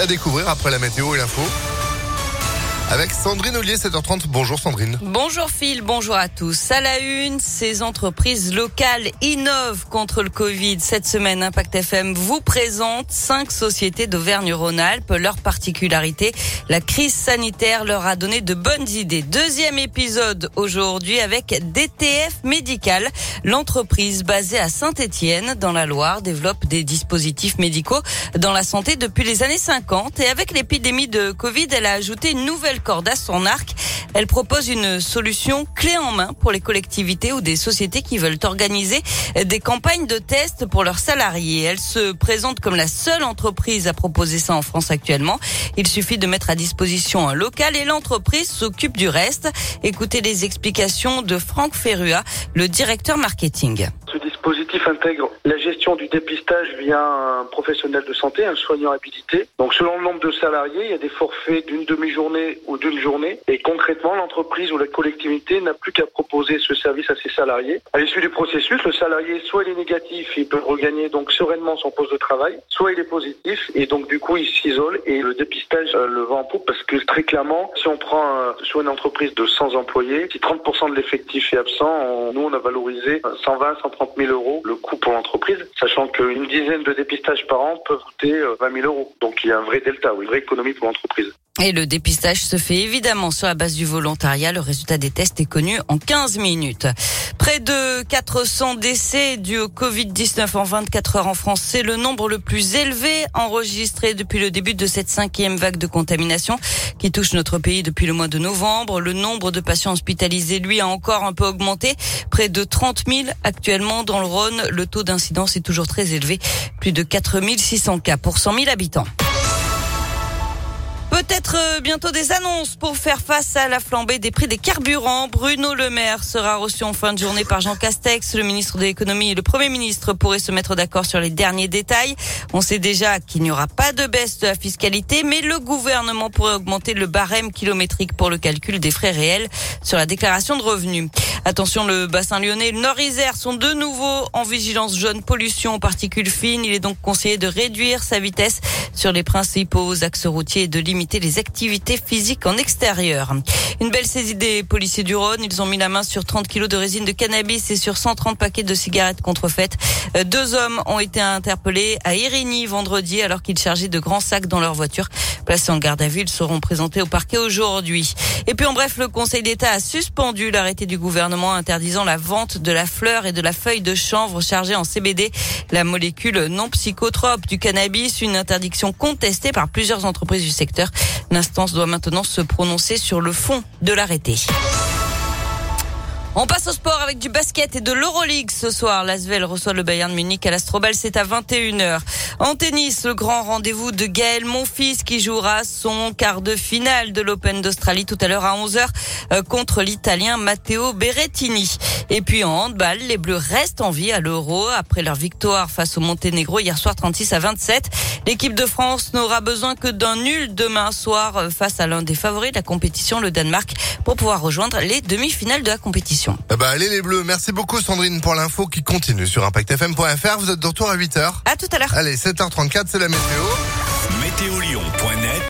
à découvrir après la météo et l'info. Avec Sandrine Ollier, 7h30. Bonjour Sandrine. Bonjour Phil, bonjour à tous. À la une, ces entreprises locales innovent contre le Covid. Cette semaine, Impact FM vous présente 5 sociétés d'Auvergne-Rhône-Alpes. Leur particularité, la crise sanitaire leur a donné de bonnes idées. Deuxième épisode aujourd'hui avec DTF Médical. L'entreprise basée à Saint-Étienne, dans la Loire, développe des dispositifs médicaux dans la santé depuis les années 50. Et avec l'épidémie de Covid, elle a ajouté une nouvelle corde à son arc. Elle propose une solution clé en main pour les collectivités ou des sociétés qui veulent organiser des campagnes de tests pour leurs salariés. Elle se présente comme la seule entreprise à proposer ça en France actuellement. Il suffit de mettre à disposition un local et l'entreprise s'occupe du reste. Écoutez les explications de Franck Ferrua, le directeur marketing. Ce dispositif intègre la gestion du dépistage via un professionnel de santé, un soignant habilité. Donc selon le nombre de salariés, il y a des forfaits d'une demi-journée ou d'une journée. Et concrètement, l'entreprise ou la collectivité n'a plus qu'à proposer ce service à ses salariés. À l'issue du processus, le salarié, soit il est négatif, il peut regagner donc sereinement son poste de travail, soit il est positif et donc du coup il s'isole et le dépistage le vend en poupe parce que très clairement, si on prend sur une entreprise de 100 employés, si 30% de l'effectif est absent, nous on a valorisé 120, 130 000 euros le coût pour l'entreprise, sachant qu'une dizaine de dépistages par an peuvent coûter 20 000 euros. Donc il y a un vrai delta, une vraie économie pour l'entreprise. Et le dépistage se fait évidemment sur la base du volontariat. Le résultat des tests est connu en 15 minutes. Près de 400 décès dus au Covid-19 en 24 heures en France. C'est le nombre le plus élevé enregistré depuis le début de cette 5e vague de contamination qui touche notre pays depuis le mois de novembre. Le nombre de patients hospitalisés, lui, a encore un peu augmenté. Près de 30 000 actuellement dans le Rhône. Le taux d'incidence est toujours très élevé. Plus de 4 600 cas pour 100 000 habitants. Peut-être bientôt des annonces pour faire face à la flambée des prix des carburants. Bruno Le Maire sera reçu en fin de journée par Jean Castex. Le ministre de l'économie et le Premier ministre pourraient se mettre d'accord sur les derniers détails. On sait déjà qu'il n'y aura pas de baisse de la fiscalité, mais le gouvernement pourrait augmenter le barème kilométrique pour le calcul des frais réels sur la déclaration de revenus. Attention, le bassin lyonnais et le Nord-Isère sont de nouveau en vigilance jaune pollution aux particules fines. Il est donc conseillé de réduire sa vitesse sur les principaux axes routiers et de limiter les activités physiques en extérieur. Une belle saisie des policiers du Rhône. Ils ont mis la main sur 30 kilos de résine de cannabis et sur 130 paquets de cigarettes contrefaites. 2 hommes ont été interpellés à Érigny vendredi alors qu'ils chargeaient de grands sacs dans leur voiture. Placés en garde à vue, ils seront présentés au parquet aujourd'hui. Et puis en bref, le Conseil d'État a suspendu l'arrêté du gouvernement interdisant la vente de la fleur et de la feuille de chanvre chargée en CBD, la molécule non psychotrope du cannabis, une interdiction contestée par plusieurs entreprises du secteur. L'instance doit maintenant se prononcer sur le fond de l'arrêté. On passe au sport avec du basket et de l'Euroleague ce soir. L'Asvel reçoit le Bayern Munich à l'Astrobal, c'est à 21h. En tennis, le grand rendez-vous de Gaël Monfils qui jouera son quart de finale de l'Open d'Australie tout à l'heure à 11h contre l'Italien Matteo Berrettini. Et puis en handball, les Bleus restent en vie à l'Euro après leur victoire face au Monténégro hier soir 36-27. L'équipe de France n'aura besoin que d'un nul demain soir face à l'un des favoris de la compétition, le Danemark, pour pouvoir rejoindre les demi-finales de la compétition. Allez les Bleus, merci beaucoup Sandrine pour l'info qui continue sur ImpactFM.fr. Vous êtes de retour à 8h. À tout à l'heure. Allez, 7h34, c'est la météo. Météolion.net